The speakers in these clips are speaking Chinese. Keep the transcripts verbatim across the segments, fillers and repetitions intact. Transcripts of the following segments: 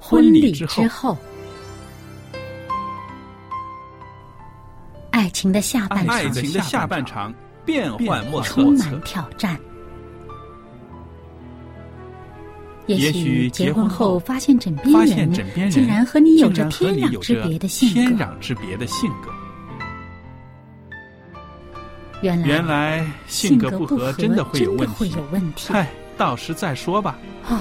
婚礼之后，爱情的下半场， 爱情的下半场变幻莫测， 充满挑战。也许结婚后发现枕边人竟然和你有着天壤之别的性格， 天壤之别的性格。 原来原来性格不合真的会有问题， 问题。 嗨，到时再说吧。 哦，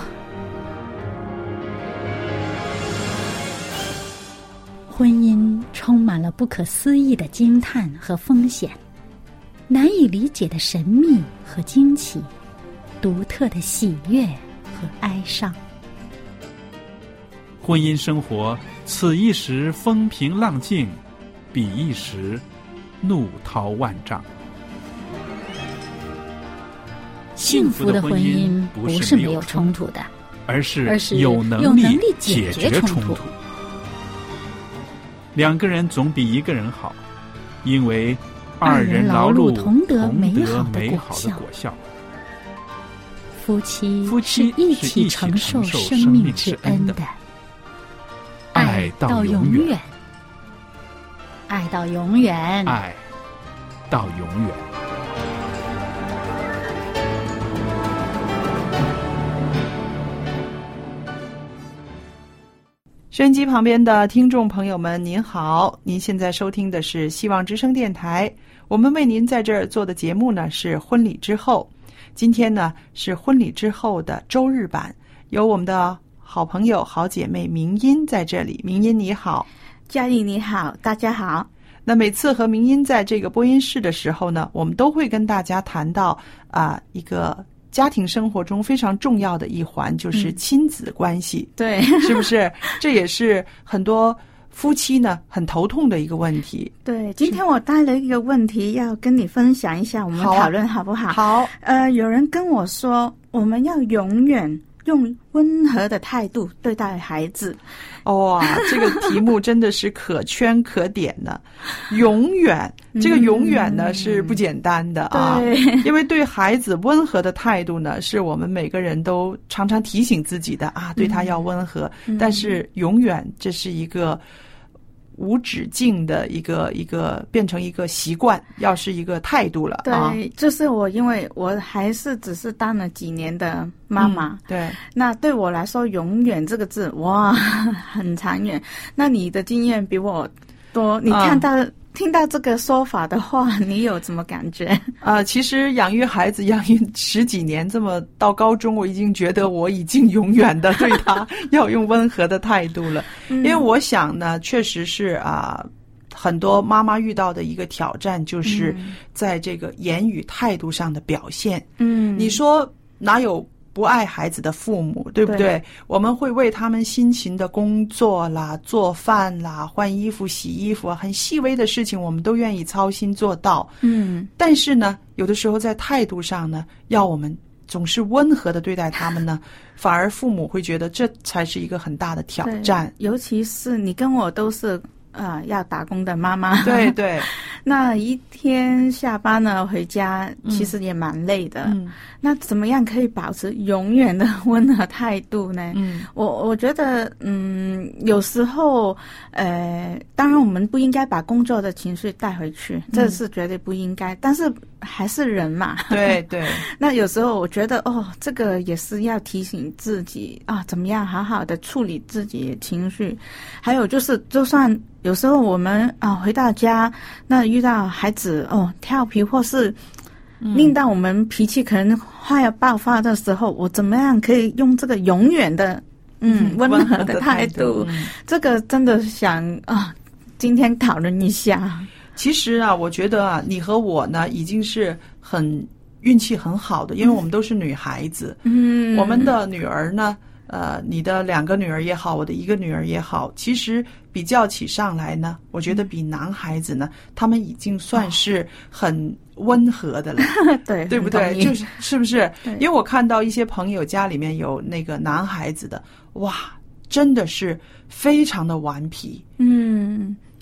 婚姻充满了不可思议的惊叹和风险，难以理解的神秘和惊奇，独特的喜悦和哀伤。 婚姻生活，此一时风平浪静，彼一时怒涛万丈。 幸福的婚姻不是没有冲突的， 而是而是有能力解决冲突。两个人总比一个人好，因为二人劳碌同得美好的果效。 夫妻夫妻是一起承受生命之恩的， 爱到永远， 爱到永远， 爱到永远。 收音机旁边的听众朋友们您好，您现在收听的是希望之声电台，我们为您在这儿做的节目呢是婚礼之后。今天呢是婚礼之后的周日版，有我们的好朋友好姐妹明音在这里。明音你好。 嘉丽你好，大家好。 那每次和明音在这个播音室的时候呢，我们都会跟大家谈到啊、呃、一个家庭生活中非常重要的一环，就是亲子关系、 嗯、对， 是不是？这也是很多夫妻呢很头痛的一个问题。 对，今天我带了一个问题要跟你分享一下，我们讨论好不好？ 好。 呃，有人跟我说，我们要永远用温和的态度对待孩子。 哇，这个题目真的是可圈可点的。永远，这个永远呢、嗯、是不简单的啊。 对， 因为对孩子温和的态度呢，是我们每个人都常常提醒自己的啊，对他要温和。嗯、但是永远，这是一个无止境的一个一个变成一个习惯，要是一个态度了。 对、 啊， 就是我，因为我还是只是当了几年的妈妈、 嗯，对， 那对我来说，永远这个字哇，很长远。那你的经验比我多，你看到、嗯、听到这个说法的话，你有什么感觉？ 呃，其实养育孩子养育十几年，这么到高中，我已经觉得我已经永远的对他要用温和的态度了。嗯、因为我想呢，确实是啊、呃，很多妈妈遇到的一个挑战，就是在这个言语态度上的表现。嗯，你说哪有不爱孩子的父母，对不对？对，我们会为他们辛勤的工作啦、做饭啦、换衣服、洗衣服啊，很细微的事情我们都愿意操心做到。嗯，但是呢，有的时候在态度上呢，要我们总是温和的对待他们呢，反而父母会觉得这才是一个很大的挑战。 尤其是你跟我都是呃要打工的妈妈， 对对， 那一天下班呢回家，其实也蛮累的。嗯，那怎么样可以保持永远的温和态度呢？嗯，我我觉得，嗯，有时候，呃，当然我们不应该把工作的情绪带回去，这是绝对不应该。嗯、但是还是人嘛， 对对。 那有时候我觉得，哦，这个也是要提醒自己啊，怎么样好好的处理自己的情绪。还有就是，就算有时候我们啊回到家，那遇到孩子哦调皮或是令到我们脾气可能快要爆发的时候，我怎么样可以用这个永远的嗯温和的态度？嗯、这个真的想啊，今天讨论一下。 其实啊，我觉得啊，你和我呢已经是很运气很好的，因为我们都是女孩子。嗯，我们的女儿呢。呃，你的两个女儿也好，我的一个女儿也好，其实比较起上来呢，我觉得比男孩子呢，他们已经算是很温和的了， 对， 对不对？就是是不是？因为我看到一些朋友家里面有那个男孩子的，哇，真的是非常的顽皮。 嗯，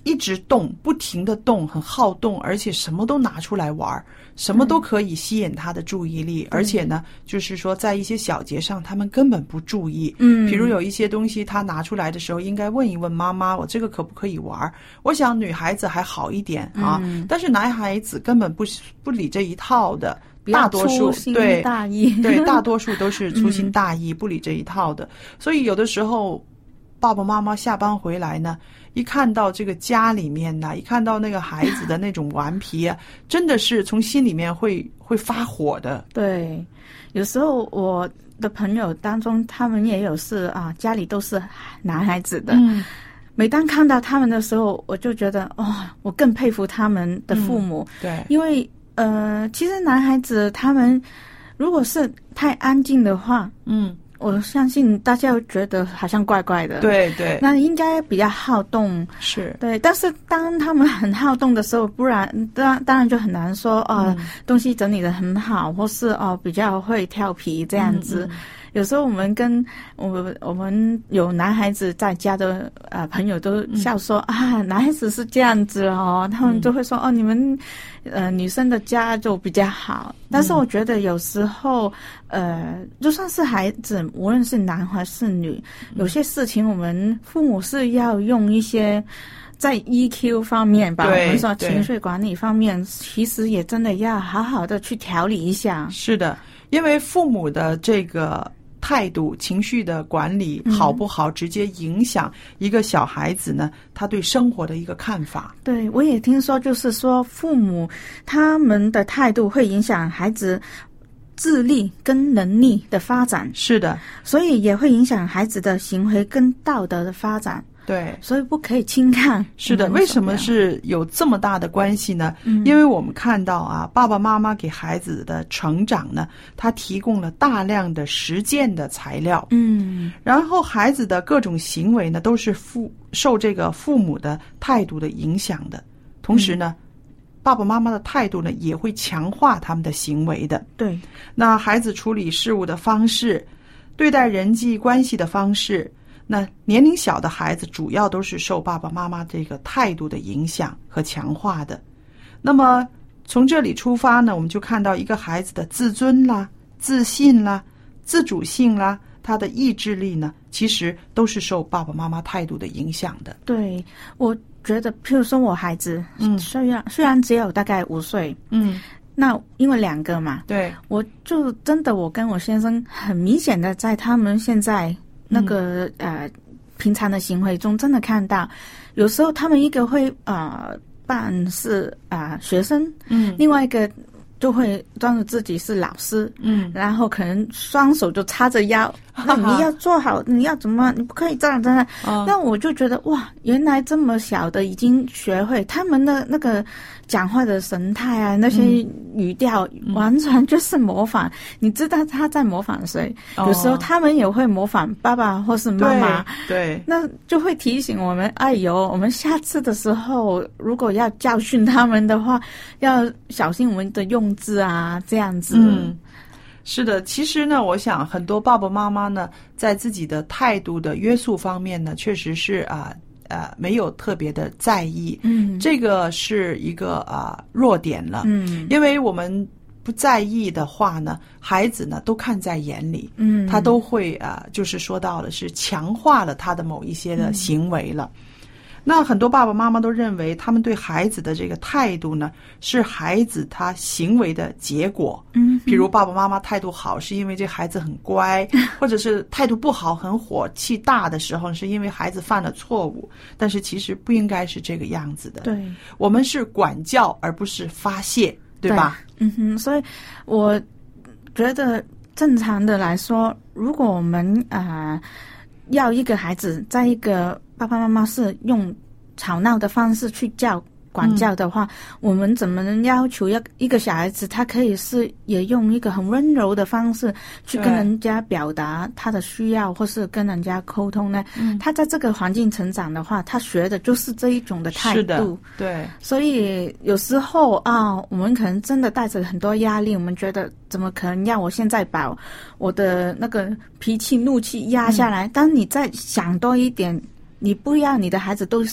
一直动，不停的动，很好动，而且什么都拿出来玩，什么都可以吸引他的注意力，嗯、而且呢，就是说在一些小节上，他们根本不注意。嗯，比如有一些东西他拿出来的时候，应该问一问妈妈，我这个可不可以玩？我想女孩子还好一点啊，嗯、但是男孩子根本不不理这一套的。大多数对大意对大多数都是粗心大意，嗯、不理这一套的。所以有的时候，爸爸妈妈下班回来呢，一看到这个家里面呢，一看到那个孩子的那种顽皮啊，真的是从心里面会会发火的。 对，有时候我的朋友当中，他们也有是啊，家里都是男孩子的。嗯，每当看到他们的时候，我就觉得哇、哦，我更佩服他们的父母。 嗯、对， 因为。呃，其实男孩子他们如果是太安静的话，嗯，我相信大家会觉得好像怪怪的。 对对， 那应该比较好动， 是对。 但是当他们很好动的时候，不然当当然就很难说哦、呃嗯，东西整理得很好，或是哦、呃、比较会调皮这样子。嗯嗯，有时候我们跟我们我们有男孩子在家的呃朋友都笑说、嗯、啊，男孩子是这样子哦，他们就会说、嗯、哦，你们呃女生的家就比较好。但是我觉得有时候呃，就算是孩子，无论是男还是女，有些事情我们父母是要用一些。在 E Q 方面吧，我们说情绪管理方面，其实也真的要好好的去调理一下。 是的，因为父母的这个态度、情绪的管理好不好，嗯、直接影响一个小孩子呢，他对生活的一个看法。 对，我也听说，就是说父母他们的态度会影响孩子智力跟能力的发展。 是的， 所以也会影响孩子的行为跟道德的发展。 对， 所以不可以轻看。 是的，为什么是有这么大的关系呢？嗯、因为我们看到啊，爸爸妈妈给孩子的成长呢，他提供了大量的实践的材料。嗯，然后孩子的各种行为呢，都是父受这个父母的态度的影响的。同时呢，嗯、爸爸妈妈的态度呢，也会强化他们的行为的。 对， 那孩子处理事物的方式，对待人际关系的方式。那年龄小的孩子主要都是受爸爸妈妈这个态度的影响和强化的。那么从这里出发呢，我们就看到一个孩子的自尊啦、自信啦、自主性啦，他的意志力呢，其实都是受爸爸妈妈态度的影响的。 对，我觉得譬如说我孩子，嗯，虽然虽然只有大概五岁，嗯，那因为两个嘛， 对， 我就真的我跟我先生很明显的在他们现在那个、嗯、呃平常的行为中真的看到，有时候他们一个会呃扮是啊、呃、学生，嗯，另外一个就会装着自己是老师，嗯，然后可能双手就叉着腰，那你要做好，你要怎么，你不可以这样这样。哦、那我就觉得哇，原来这么小的已经学会，他们的那个讲话的神态啊，那些语调、嗯、完全就是模仿。嗯、你知道他在模仿谁？哦、有时候他们也会模仿爸爸或是妈妈， 对，对那就会提醒我们，哎呦，我们下次的时候如果要教训他们的话，要小心我们的用字啊，这样子。 嗯，是的，其实呢，我想很多爸爸妈妈呢，在自己的态度的约束方面呢，确实是啊呃没有特别的在意。嗯，这个是一个啊、呃、弱点了。嗯，因为我们不在意的话呢，孩子呢都看在眼里。嗯，他都会啊、呃，就是说到了是强化了他的某一些的行为了。嗯，那很多爸爸妈妈都认为他们对孩子的这个态度呢，是孩子他行为的结果。嗯，比如爸爸妈妈态度好是因为这孩子很乖，或者是态度不好很火气大的时候是因为孩子犯了错误，但是其实不应该是这个样子的。 对， 我们是管教而不是发泄，对吧？ 对，嗯哼，所以我觉得正常的来说，如果我们啊、呃、要一个孩子在一个爸爸妈妈是用吵闹的方式去教管教的话，嗯、我们怎么能要求要一个小孩子他可以是也用一个很温柔的方式去跟人家表达他的需要，或是跟人家沟通呢？嗯、他在这个环境成长的话，他学的就是这一种的态度。 是的，对。 所以有时候啊，我们可能真的带着很多压力，我们觉得怎么可能让我现在把我的那个脾气怒气压下来？嗯、当你再想多一点，你不要你的孩子都是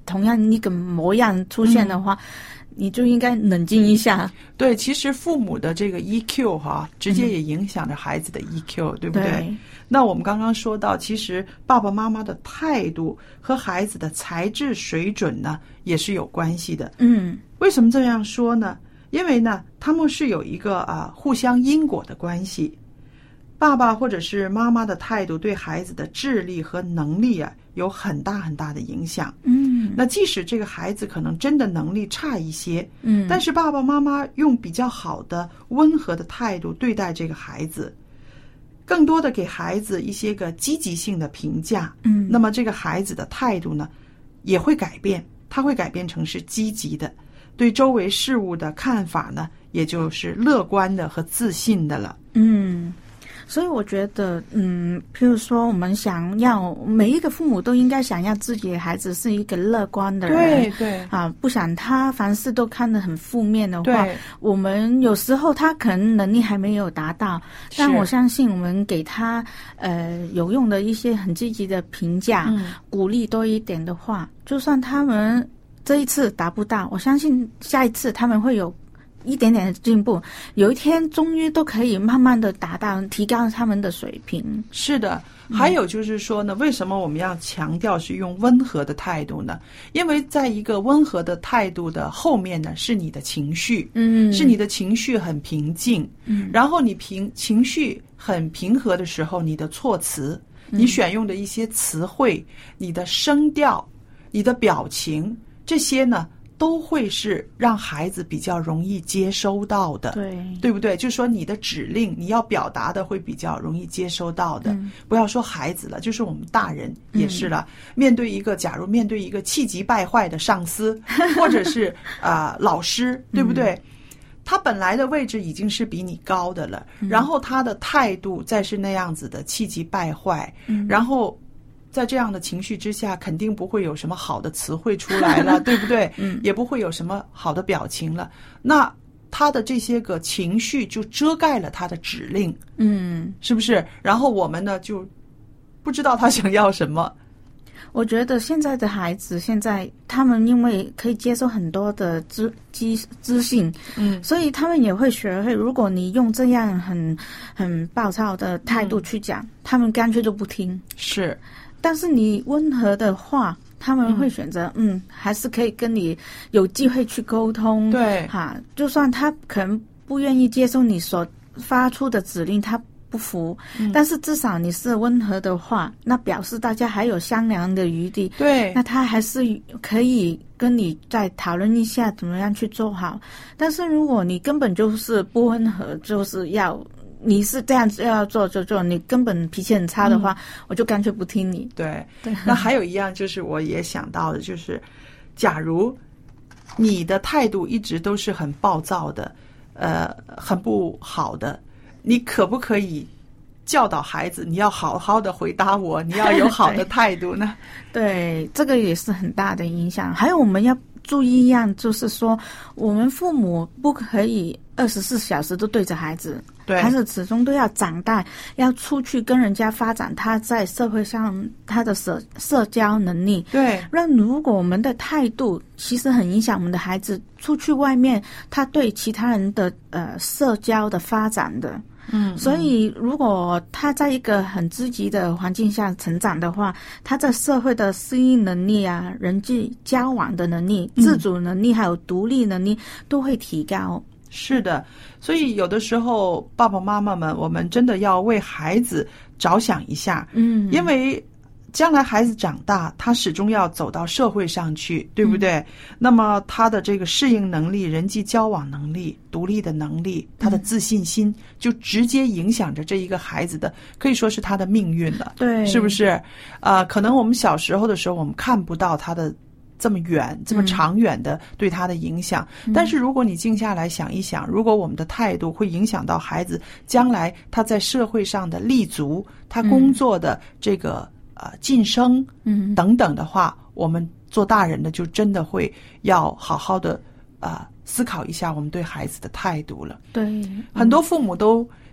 同样一个模样出现的话，嗯、你就应该冷静一下。 对，其实父母的这个 E Q 哈，直接也影响着孩子的 E Q，、嗯、对不对？ 对。 那我们刚刚说到，其实爸爸妈妈的态度和孩子的才智水准呢，也是有关系的。 嗯， 为什么这样说呢？因为呢，他们是有一个啊互相因果的关系。爸爸或者是妈妈的态度对孩子的智力和能力啊有很大很大的影响。 嗯， 那即使这个孩子可能真的能力差一些， 嗯， 但是爸爸妈妈用比较好的温和的态度对待这个孩子，更多的给孩子一些个积极性的评价， 嗯， 那么这个孩子的态度呢也会改变，他会改变成是积极的，对周围事物的看法呢也就是乐观的和自信的了。 嗯，所以我觉得，嗯，譬如说，我们想要每一个父母都应该想要自己的孩子是一个乐观的人， 对对啊，不想他凡事都看得很负面的话，我们有时候他可能能力还没有达到，但我相信我们给他呃有用的一些很积极的评价、嗯、鼓励多一点的话，就算他们这一次达不到，我相信下一次他们会有一点点的进步，有一天终于都可以慢慢的达到提高他们的水平。 是的，还有就是说呢、嗯、为什么我们要强调是用温和的态度呢？因为在一个温和的态度的后面呢是你的情绪， 嗯， 是你的情绪很平静， 嗯， 然后你平情绪很平和的时候，你的措辞、嗯、你选用的一些词汇、你的声调、你的表情，这些呢都会是让孩子比较容易接收到的， 对， 对不对？就是说你的指令，你要表达的会比较容易接收到的。 嗯、 不要说孩子了，就是我们大人也是了。嗯、面对一个，假如面对一个气急败坏的上司，或者是啊、呃、老师，对不对？嗯、他本来的位置已经是比你高的了， 嗯、 然后他的态度再是那样子的气急败坏， 嗯、 然后。在这样的情绪之下，肯定不会有什么好的词汇出来了，对不对？ 嗯， 也不会有什么好的表情了。那他的这些个情绪就遮盖了他的指令， 嗯， 是不是？然后我们呢就不知道他想要什么。 我觉得现在的孩子，现在他们因为可以接受很多的资资资讯， 嗯， 所以他们也会学会，如果你用这样很很暴躁的态度去讲，嗯、他们干脆就不听。 是。 但是你温和的话，他们会选择 嗯, 嗯，还是可以跟你有机会去沟通。 对， 哈，就算他可能不愿意接受你所发出的指令，他不服， 嗯、 但是至少你是温和的话，那表示大家还有商量的余地。 对， 那他还是可以跟你再讨论一下怎么样去做好。但是如果你根本就是不温和，就是要。你是这样子要做就做，你根本脾气很差的话，嗯、我就干脆不听你。 对，对。那还有一样就是我也想到的，就是假如你的态度一直都是很暴躁的，呃，很不好的，你可不可以教导孩子，你要好好的回答我，你要有好的态度呢？ 对，对，这个也是很大的影响。还有我们要注意一样，就是说我们父母不可以二十四小时都对着孩子， 对， 孩子始终都要长大，要出去跟人家发展他在社会上他的社社交能力。 对， 那如果我们的态度其实很影响我们的孩子出去外面，他对其他人的呃社交的发展的。 嗯， 所以如果他在一个很积极的环境下成长的话，他在社会的适应能力啊、人际交往的能力、自主能力还有独立能力都会提高。 是的，所以有的时候爸爸妈妈们，我们真的要为孩子着想一下， 嗯， 因为将来孩子长大，他始终要走到社会上去，对不对？嗯、那么他的这个适应能力、人际交往能力、独立的能力、他的自信心，嗯、就直接影响着这一个孩子的，可以说是他的命运了。 对， 是不是？呃，可能我们小时候的时候，我们看不到他的这么远、这么长远的对他的影响。嗯、但是如果你静下来想一想，如果我们的态度会影响到孩子将来他在社会上的立足，他工作的这个。嗯呃，晋升， 嗯， 等等的话，嗯、我们做大人的就真的会要好好的啊、呃、思考一下我们对孩子的态度了。 对， 很多父母都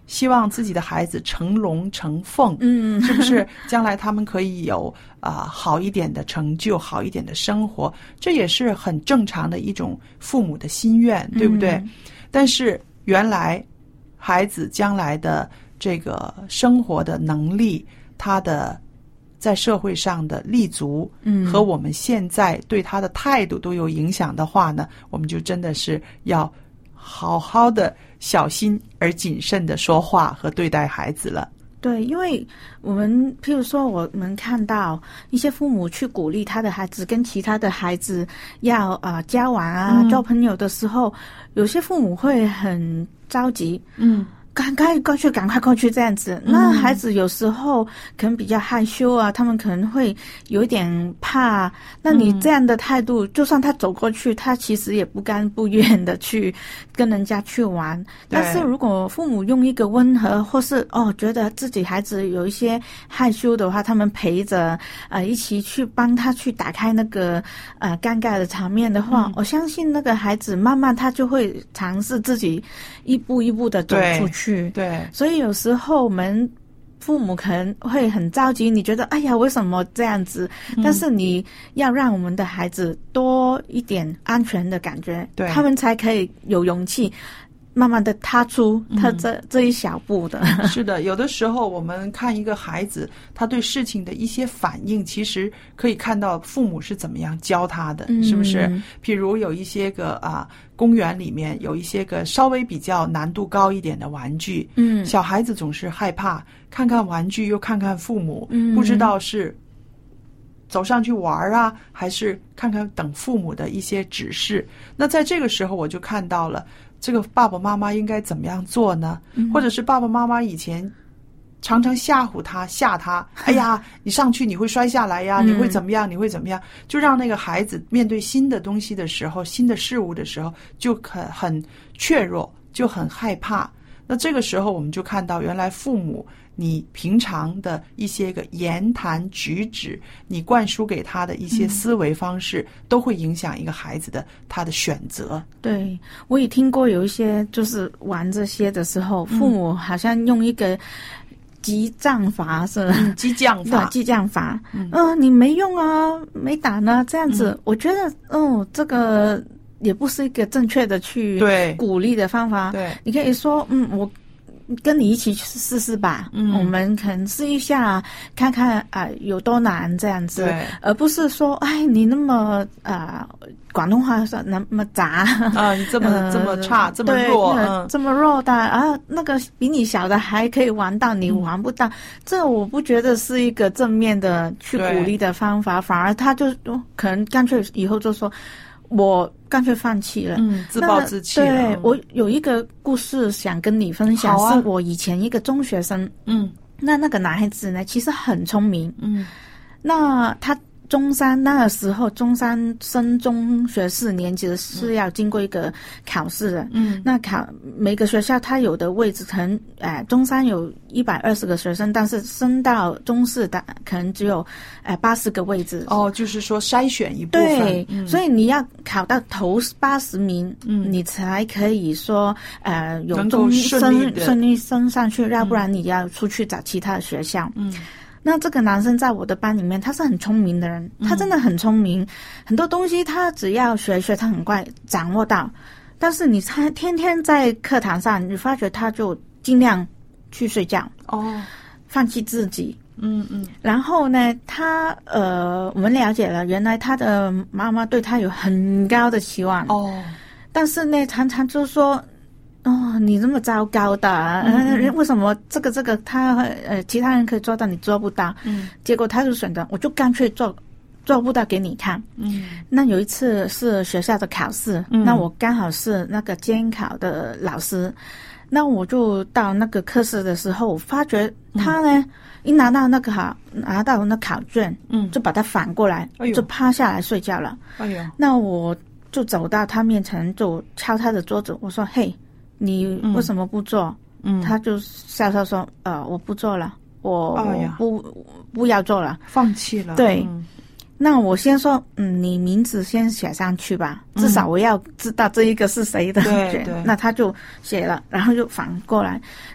希望自己的孩子成龙成凤， 嗯， 是不是？将来他们可以有啊、呃、好一点的成就，好一点的生活，这也是很正常的一种父母的心愿，对不对？ 嗯、 但是原来孩子将来的这个生活的能力，他的在社会上的立足，嗯，和我们现在对他的态度都有影响的话呢，我们就真的是要好好的小心而谨慎的说话和对待孩子了。 对，因为我们譬如说我们看到一些父母去鼓励他的孩子跟其他的孩子要啊、呃、交往啊、嗯、交朋友的时候，有些父母会很着急，嗯，赶快过去，赶快过去这样子。那孩子有时候可能比较害羞啊，他们可能会有一点怕。那你这样的态度，嗯、就算他走过去，他其实也不甘不愿的去跟人家去玩。但是如果父母用一个温和，或是哦觉得自己孩子有一些害羞的话，他们陪着呃一起去帮他去打开那个呃尴尬的场面的话，嗯、我相信那个孩子慢慢他就会尝试自己一步一步的走出去。 对， 所以有时候我们父母可能会很着急，你觉得哎呀为什么这样子、嗯、但是你要让我们的孩子多一点安全的感觉，对，他们才可以有勇气慢慢的踏出他这、嗯、这一小步的。 是的，有的时候我们看一个孩子他对事情的一些反应，其实可以看到父母是怎么样教他的、嗯、是不是？譬如有一些个啊公园里面有一些个稍微比较难度高一点的玩具，嗯，小孩子总是害怕，看看玩具又看看父母，嗯，不知道是走上去玩啊，还是看看等父母的一些指示。那在这个时候我就看到了这个爸爸妈妈应该怎么样做呢？嗯、或者是爸爸妈妈以前常常吓唬他吓他，哎呀你上去你会摔下来呀、嗯、你会怎么样你会怎么样，就让那个孩子面对新的东西的时候，新的事物的时候就很很怯弱，就很害怕。那这个时候我们就看到原来父母你平常的一些个言谈举止，你灌输给他的一些思维方式、嗯、都会影响一个孩子的他的选择。对， 我也听过有一些就是玩这些的时候、嗯、父母好像用一个激将法，是吧？ 嗯，激将法， 激将法。嗯、呃，你没用啊，没胆啊，这样子，嗯、我觉得，哦，这个也不是一个正确的去鼓励的方法。对，你可以说，嗯，我跟你一起去试试吧。嗯，我们可能试一下，看看啊、呃、有多难这样子，对，而不是说，哎，你那么啊、呃，广东话说那么杂啊，你这么、呃、这么差，这么弱， 嗯、这么弱的啊，那个比你小的还可以玩到，你玩不到，嗯、这我不觉得是一个正面的去鼓励的方法，反而他就可能干脆以后就说。我干脆放弃了， 嗯，自暴自弃了。 对，我有一个故事想跟你分享，啊、是我以前一个中学生，嗯，那那个男孩子呢，其实很聪明，嗯，那他中三那个时候，中三升中学四年级是要经过一个考试的，嗯，那考每个学校他有的位置可能，哎、呃，中三有一百二十个学生，但是升到中四的可能只有，哎八十个位置。 哦，就是说筛选一部分， 对，嗯、所以你要考到头八十名，嗯，你才可以说，呃，有中升顺利升上去，要不然你要出去找其他的学校，嗯。那这个男生在我的班里面，他是很聪明的人，他真的很聪明，嗯、很多东西他只要学一学，他很快掌握到。但是你他天天在课堂上，你发觉他就尽量去睡觉，哦，放弃自己，嗯嗯。然后呢，他呃，我们了解了，原来他的妈妈对他有很高的期望，哦，但是呢，常常就说。哦，你这么糟糕的、啊嗯嗯，为什么这个这个他呃其他人可以做到，你做不到？嗯，结果他就选择，我就干脆做做不到给你看。嗯，那有一次是学校的考试，嗯、那我刚好是那个监考的老师，那我就到那个课室的时候，我发觉他呢、嗯、一拿到那个考拿到那考卷，嗯，就把它反过来，哎、就趴下来睡觉了。哎呦，那我就走到他面前，就敲他的桌子，我说：“嘿。”你为什么不做？嗯，他就笑笑说：“呃，我不做了，我、哎、我不不要做了， 放弃了。” 对，嗯、那我先说，嗯，你名字先写上去吧，至少我要知道这一个是谁的。对、嗯、对。那他就写了，然后就反过来。那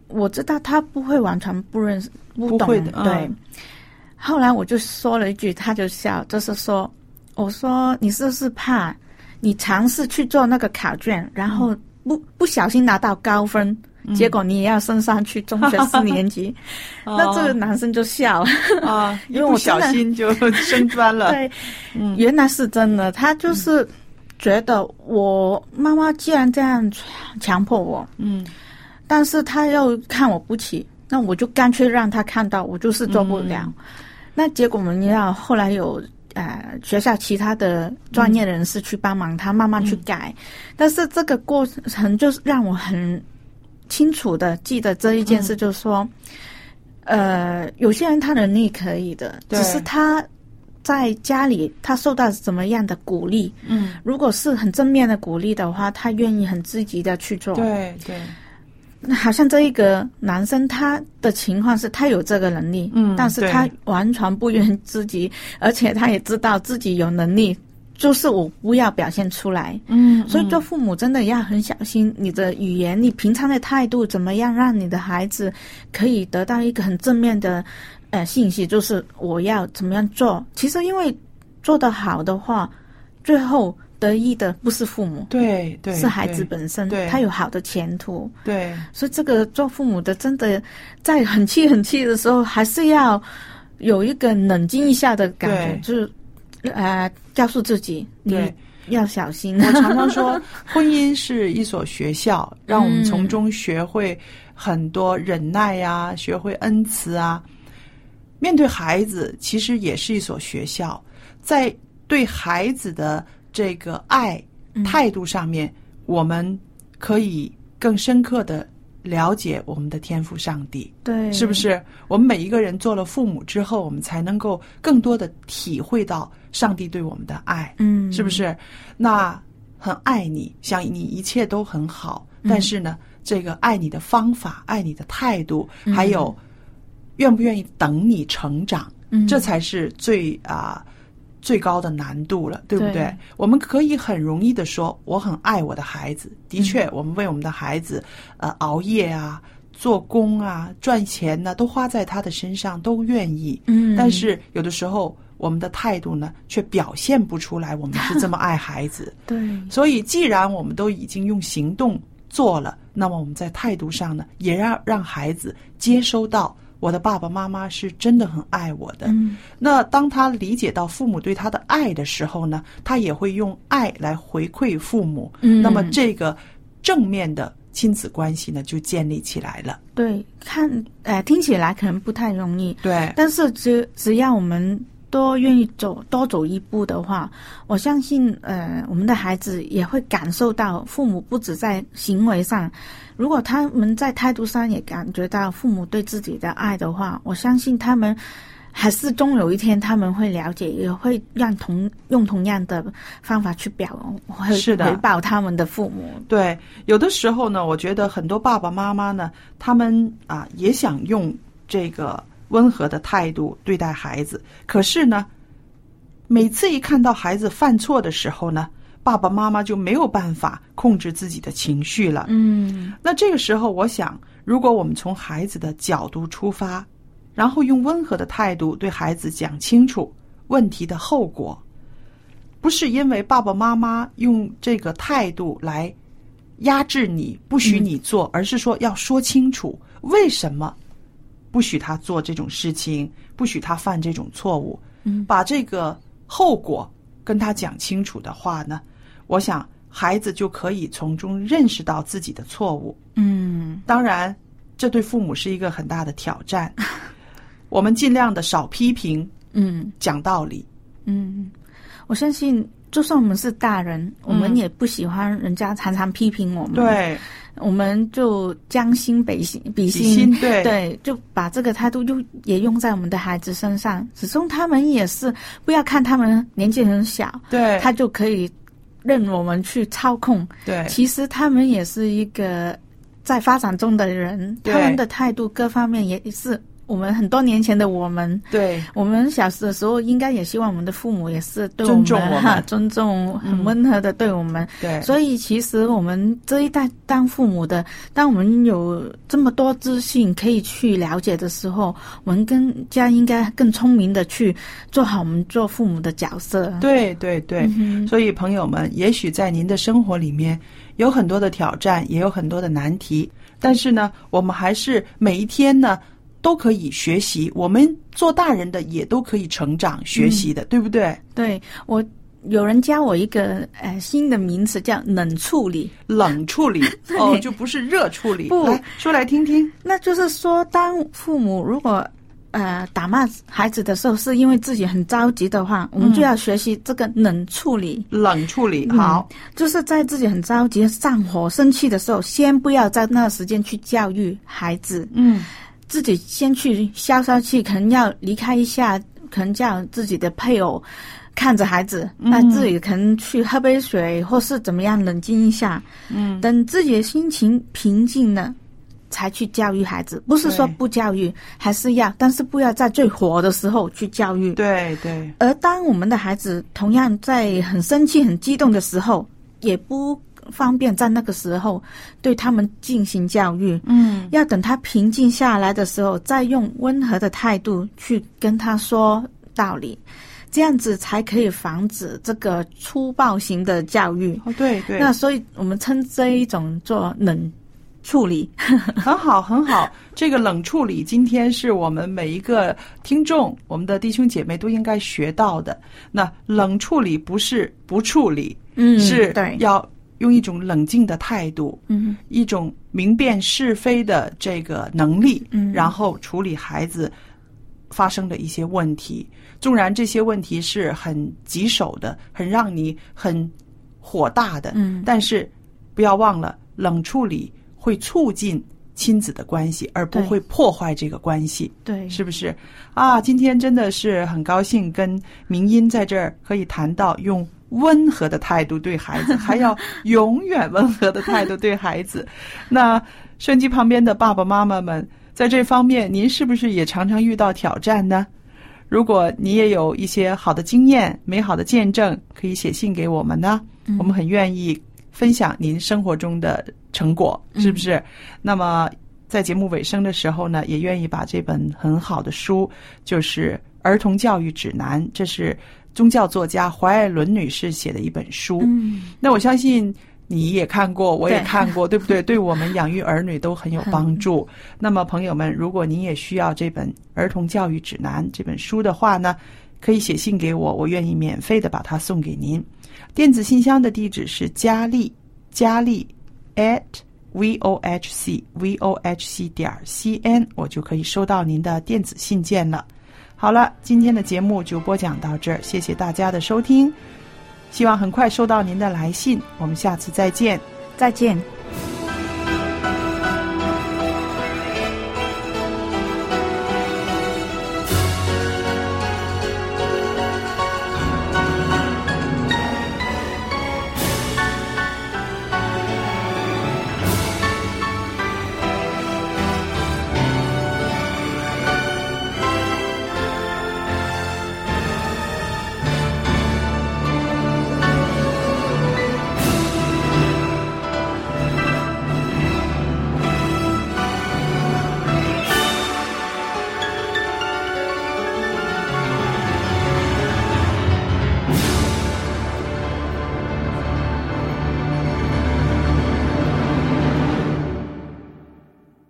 我知道他不会完全不认识不懂， 不会的， 对。 嗯， 后来我就说了一句，他就笑，就是说，我说你是不是怕你尝试去做那个考卷，然后不不小心拿到高分，嗯、结果你也要升上去中学四年级？哦、那这个男生就笑啊，因为我不小心就升专了。 对，嗯，原来是真的，他就是觉得我妈妈既然这样强迫我，嗯，但是他又看我不起。那我就干脆让他看到我就是做不了，嗯、那结果我们要后来有呃学校其他的专业人士去帮忙他，嗯、慢慢去改，嗯、但是这个过程就是让我很清楚的记得这一件事，就是说，嗯、呃，有些人他能力可以的，只是他在家里他受到什么样的鼓励，嗯，如果是很正面的鼓励的话，他愿意很积极的去做， 对对。 好像这一个男生他的情况是他有这个能力，嗯，但是他完全不愿自己，而且他也知道自己有能力，就是我不要表现出来，嗯，所以做父母真的要很小心你的语言，你平常的态度怎么样让你的孩子可以得到一个很正面的呃信息，就是我要怎么样做。其实因为做得好的话，最后得益的不是父母， 对对， 是孩子本身，对，他有好的前途， 对， 所以这个做父母的真的在很气很气的时候，还是要有一个冷静一下的感觉，就是呃告诉自己，你要小心。 我常常说，婚姻是一所学校，让我们从中学会很多忍耐呀、啊，学会恩慈啊。面对孩子，其实也是一所学校，在对孩子的这个爱态度上面，嗯、我们可以更深刻的了解我们的天父上帝， 对， 是不是？我们每一个人做了父母之后，我们才能够更多的体会到上帝对我们的爱，嗯，是不是？那很爱你，想你一切都很好，但是呢，嗯、这个爱你的方法、爱你的态度，嗯、还有愿不愿意等你成长，嗯、这才是最啊。呃最高的难度了，对不对？对，我们可以很容易的说我很爱我的孩子，的确、嗯、我们为我们的孩子呃熬夜啊、做工啊、赚钱呢、啊、都花在他的身上，都愿意，嗯，但是有的时候我们的态度呢却表现不出来我们是这么爱孩子对， 所以既然我们都已经用行动做了，那么我们在态度上呢也让让孩子接收到我的爸爸妈妈是真的很爱我的，嗯，那当他理解到父母对他的爱的时候呢，他也会用爱来回馈父母，嗯，那么这个正面的亲子关系呢就建立起来了。 对，看，呃，听起来可能不太容易， 对， 但是只只要我们多愿意走多走一步的话，我相信，呃，我们的孩子也会感受到父母不止在行为上。如果他们在态度上也感觉到父母对自己的爱的话，我相信他们还是终有一天他们会了解，也会让同用同样的方法去表是的回报他们的父母。 对，有的时候呢，我觉得很多爸爸妈妈呢，他们啊也想用这个温和的态度对待孩子，可是呢，每次一看到孩子犯错的时候呢，爸爸妈妈就没有办法控制自己的情绪了。嗯，那这个时候我想，如果我们从孩子的角度出发，然后用温和的态度对孩子讲清楚问题的后果，不是因为爸爸妈妈用这个态度来压制你不许你做，嗯、而是说要说清楚为什么不许他做这种事情，不许他犯这种错误，嗯、把这个后果跟他讲清楚的话呢，我想孩子就可以从中认识到自己的错误。嗯，当然这对父母是一个很大的挑战我们尽量的少批评，嗯，讲道理。 嗯，我相信就算我们是大人，嗯、我们也不喜欢人家常常批评我们。 对， 我们就将心比心，比心， 比心对对，就把这个态度就也用在我们的孩子身上。始终他们也是不要看他们年纪很小， 对， 他就可以任我们去操控。 对， 其实他们也是一个在发展中的人，他们的态度各方面也是我们很多年前的我们， 对， 我们小的时候应该也希望我们的父母也是对我们尊重我们， 尊重很温和的对我们。 对， 所以其实我们这一代当父母的，当我们有这么多资讯可以去了解的时候，我们更加应该更聪明的去做好我们做父母的角色。 对对对、嗯、所以朋友们，也许在您的生活里面有很多的挑战，也有很多的难题，但是呢，我们还是每一天呢都可以学习，我们做大人的也都可以成长学习的、嗯、对不对？ 对，我有人教我一个呃新的名词叫冷处理。 冷处理哦，就不是热处理。 不， 来说来听听。 那就是说，当父母如果呃打骂孩子的时候，是因为自己很着急的话，我们就要学习这个冷处理。 嗯、冷处理好、嗯， 就是在自己很着急、上火、生气的时候，先不要在那个时间去教育孩子。嗯。自己先去消消气，可能要离开一下，可能叫自己的配偶看着孩子、嗯、那自己可能去喝杯水或是怎么样冷静一下，嗯，等自己的心情平静了才去教育孩子。不是说不教育，还是要，但是不要在最火的时候去教育。 对对。 而当我们的孩子同样在很生气很激动的时候，也不方便在那个时候对他们进行教育，嗯，要等他平静下来的时候，再用温和的态度去跟他说道理，这样子才可以防止这个粗暴型的教育。 哦，对对。 那所以我们称这一种做冷处理。 很好很好，这个冷处理今天是我们每一个听众，我们的弟兄姐妹都应该学到的。那冷处理不是不处理，嗯，是要用一种冷静的态度，嗯，一种明辨是非的这个能力，嗯，然后处理孩子发生的一些问题。纵然这些问题是很棘手的，很让你很火大的，嗯，但是不要忘了，冷处理会促进亲子的关系，而不会破坏这个关系。对，是不是啊？今天真的是很高兴跟明音在这儿可以谈到用温和的态度对孩子，还要永远温和的态度对孩子。那收音机旁边的爸爸妈妈们，在这方面您是不是也常常遇到挑战呢？如果你也有一些好的经验、美好的见证，可以写信给我们呢、嗯、我们很愿意分享您生活中的成果，是不是、嗯、那么在节目尾声的时候呢，也愿意把这本很好的书，就是儿童教育指南，这是宗教作家怀爱伦女士写的一本书。嗯，那我相信你也看过，我也看过， 对, 对不对？对我们养育儿女都很有帮助。那么朋友们，如果您也需要这本儿童教育指南这本书的话呢，可以写信给我，我愿意免费的把它送给您。电子信箱的地址是佳丽佳丽 at vohc vohc 点 cn， 我就可以收到您的电子信件了。好了，今天的节目就播讲到这儿，谢谢大家的收听，希望很快收到您的来信，我们下次再见。 再见。